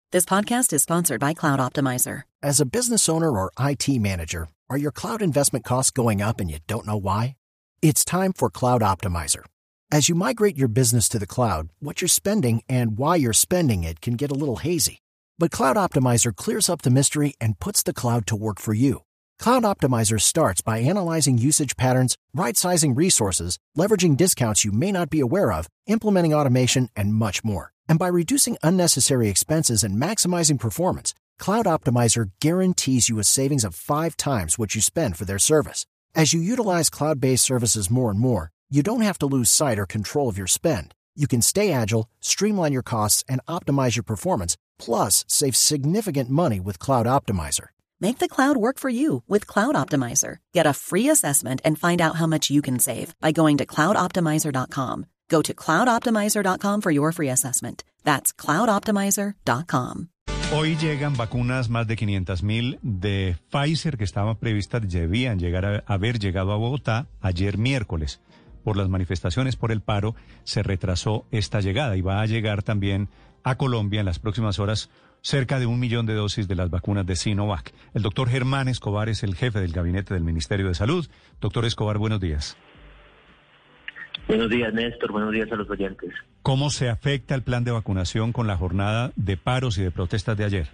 This podcast is sponsored by Cloud Optimizer. As a business owner or IT manager, are your cloud investment costs going up and you don't know why? It's time for Cloud Optimizer. As you migrate your business to the cloud, what you're spending and why you're spending it can get a little hazy. But Cloud Optimizer clears up the mystery and puts the cloud to work for you. Cloud Optimizer starts by analyzing usage patterns, right-sizing resources, leveraging discounts you may not be aware of, implementing automation, and much more. And by reducing unnecessary expenses and maximizing performance, Cloud Optimizer guarantees you a savings of 5 times what you spend for their service. As you utilize cloud-based services more and more, you don't have to lose sight or control of your spend. You can stay agile, streamline your costs, and optimize your performance, plus save significant money with Cloud Optimizer. Make the cloud work for you with Cloud Optimizer. Get a free assessment and find out how much you can save by going to cloudoptimizer.com. Go to cloudoptimizer.com for your free assessment. That's cloudoptimizer.com. Hoy llegan vacunas, más de 500,000 de Pfizer, que estaban previstas, debían haber llegado a Bogotá ayer miércoles. Por las manifestaciones por el paro, se retrasó esta llegada y va a llegar también a Colombia en las próximas horas cerca de 1 millón de dosis de las vacunas de Sinovac. El doctor Germán Escobar es el jefe del gabinete del Ministerio de Salud. Doctor Escobar, buenos días. Buenos días, Néstor. Buenos días a los oyentes. ¿Cómo se afecta el plan de vacunación con la jornada de paros y de protestas de ayer?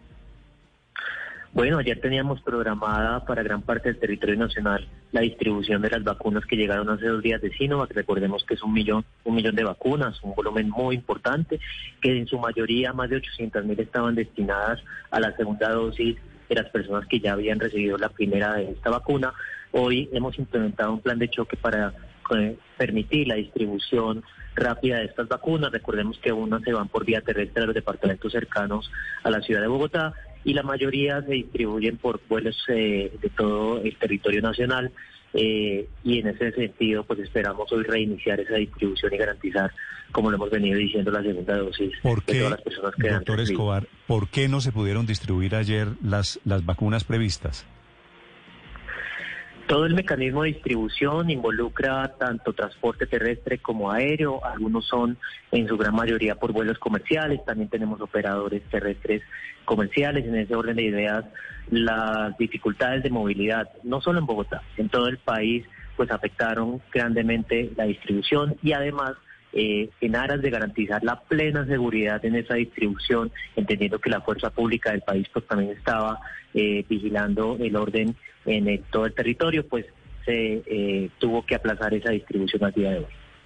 Bueno, ayer teníamos programada para gran parte del territorio nacional la distribución de las vacunas que llegaron hace 2 días de Sinovac. Recordemos que es un millón de vacunas, un volumen muy importante, que en su mayoría, más de 800,000, estaban destinadas a la segunda dosis de las personas que ya habían recibido la primera de esta vacuna. Hoy hemos implementado un plan de choque para permitir la distribución rápida de estas vacunas. Recordemos que unas se van por vía terrestre a los departamentos cercanos a la ciudad de Bogotá y la mayoría se distribuyen por vuelos de todo el territorio nacional, y en ese sentido pues esperamos hoy reiniciar esa distribución y garantizar, como lo hemos venido diciendo, la segunda dosis de todas las personas que han recibido. Doctor Escobar, ¿por qué no se pudieron distribuir ayer las vacunas previstas? Todo el mecanismo de distribución involucra tanto transporte terrestre como aéreo. Algunos son en su gran mayoría por vuelos comerciales. También tenemos operadores terrestres comerciales. En ese orden de ideas, las dificultades de movilidad, no solo en Bogotá, en todo el país, pues afectaron grandemente la distribución y además, en aras de garantizar la plena seguridad en esa distribución, entendiendo que la fuerza pública del país pues también estaba vigilando el orden en todo el territorio, pues se tuvo que aplazar esa distribución al día de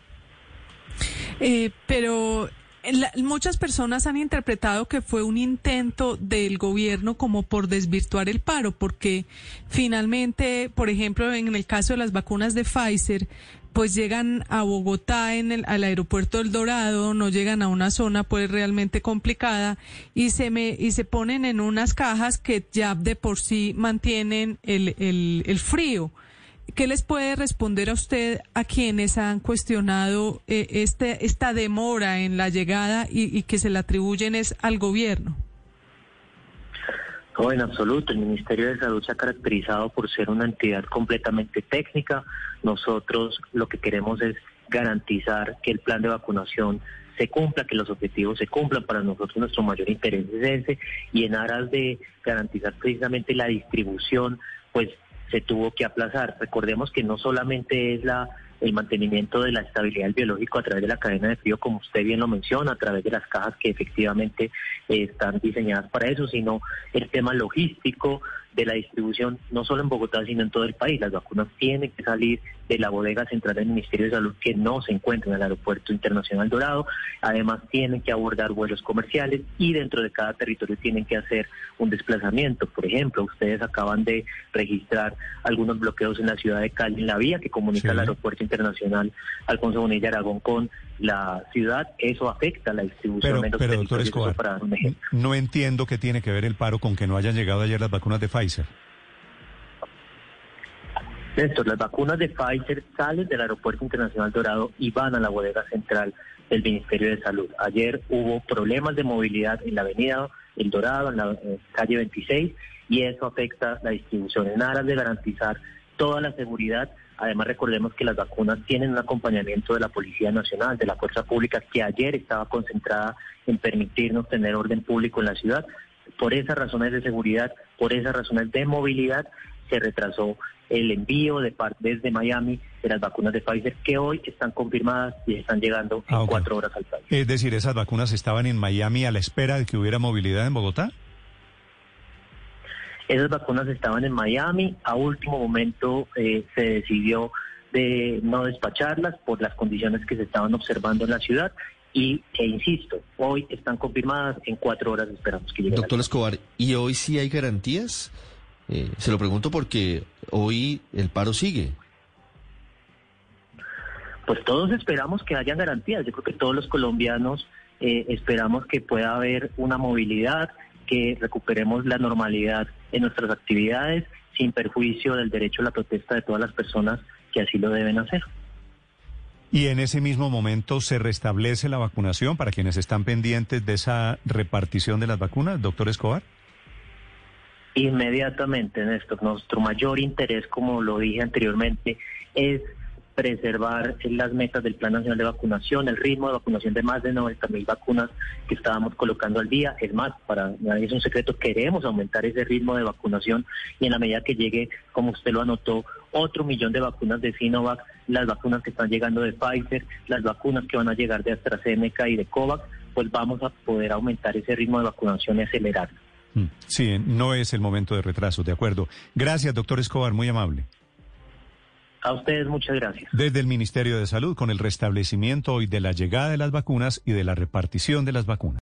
hoy. Pero muchas personas han interpretado que fue un intento del gobierno como por desvirtuar el paro, porque finalmente, por ejemplo, en el caso de las vacunas de Pfizer, pues llegan a Bogotá al aeropuerto del Dorado, no llegan a una zona pues realmente complicada y se ponen en unas cajas que ya de por sí mantienen el frío. ¿Qué les puede responder a usted a quienes han cuestionado esta demora en la llegada y que se le atribuyen es al gobierno? No, en absoluto. El Ministerio de Salud se ha caracterizado por ser una entidad completamente técnica. Nosotros lo que queremos es garantizar que el plan de vacunación se cumpla, que los objetivos se cumplan. Para nosotros nuestro mayor interés es ese, y en aras de garantizar precisamente la distribución, pues se tuvo que aplazar. Recordemos que no solamente es el mantenimiento de la estabilidad del biológico a través de la cadena de frío, como usted bien lo menciona, a través de las cajas que efectivamente están diseñadas para eso, sino el tema logístico de la distribución, no solo en Bogotá, sino en todo el país. Las vacunas tienen que salir de la bodega central del Ministerio de Salud, que no se encuentra en el Aeropuerto Internacional Dorado. Además, tienen que abordar vuelos comerciales y dentro de cada territorio tienen que hacer un desplazamiento. Por ejemplo, ustedes acaban de registrar algunos bloqueos en la ciudad de Cali, en la vía que comunica el Aeropuerto Internacional Alfonso Bonilla Aragón con la ciudad. Eso afecta la distribución de los territorios. Doctor Escobar, para dar un ejemplo. No entiendo qué tiene que ver el paro con que no hayan llegado ayer las vacunas de Pfizer. Néstor, las vacunas de Pfizer salen del Aeropuerto Internacional Dorado y van a la bodega central del Ministerio de Salud. Ayer hubo problemas de movilidad en la avenida El Dorado, en la calle 26, y eso afecta la distribución. En aras de garantizar toda la seguridad, Además, recordemos que las vacunas tienen un acompañamiento de la Policía Nacional, de la Fuerza Pública, que ayer estaba concentrada en permitirnos tener orden público en la ciudad. Por esas razones de seguridad, por esas razones de movilidad, se retrasó el envío desde Miami de las vacunas de Pfizer, que hoy están confirmadas y están llegando en 4 horas al país. Es decir, ¿esas vacunas estaban en Miami a la espera de que hubiera movilidad en Bogotá? Esas vacunas estaban en Miami. A último momento se decidió de no despacharlas por las condiciones que se estaban observando en la ciudad. Insisto, hoy están confirmadas, en 4 horas esperamos que lleguen. Doctor Escobar, ¿y hoy sí hay garantías? Se lo pregunto porque hoy el paro sigue. Pues todos esperamos que haya garantías. Yo creo que todos los colombianos esperamos que pueda haber una movilidad, que recuperemos la normalidad en nuestras actividades sin perjuicio del derecho a la protesta de todas las personas que así lo deben hacer. Y en ese mismo momento se restablece la vacunación para quienes están pendientes de esa repartición de las vacunas, doctor Escobar. Inmediatamente, Néstor. Nuestro mayor interés, como lo dije anteriormente, es preservar las metas del Plan Nacional de Vacunación, el ritmo de vacunación de más de 90.000 vacunas que estábamos colocando al día. Es más, para nadie es un secreto, queremos aumentar ese ritmo de vacunación y en la medida que llegue, como usted lo anotó, otro 1.000.000 de vacunas de Sinovac, las vacunas que están llegando de Pfizer, las vacunas que van a llegar de AstraZeneca y de COVAX, pues vamos a poder aumentar ese ritmo de vacunación y acelerarlo. Sí, no es el momento de retraso, de acuerdo. Gracias, doctor Escobar, muy amable. A ustedes muchas gracias. Desde el Ministerio de Salud, con el restablecimiento hoy de la llegada de las vacunas y de la repartición de las vacunas.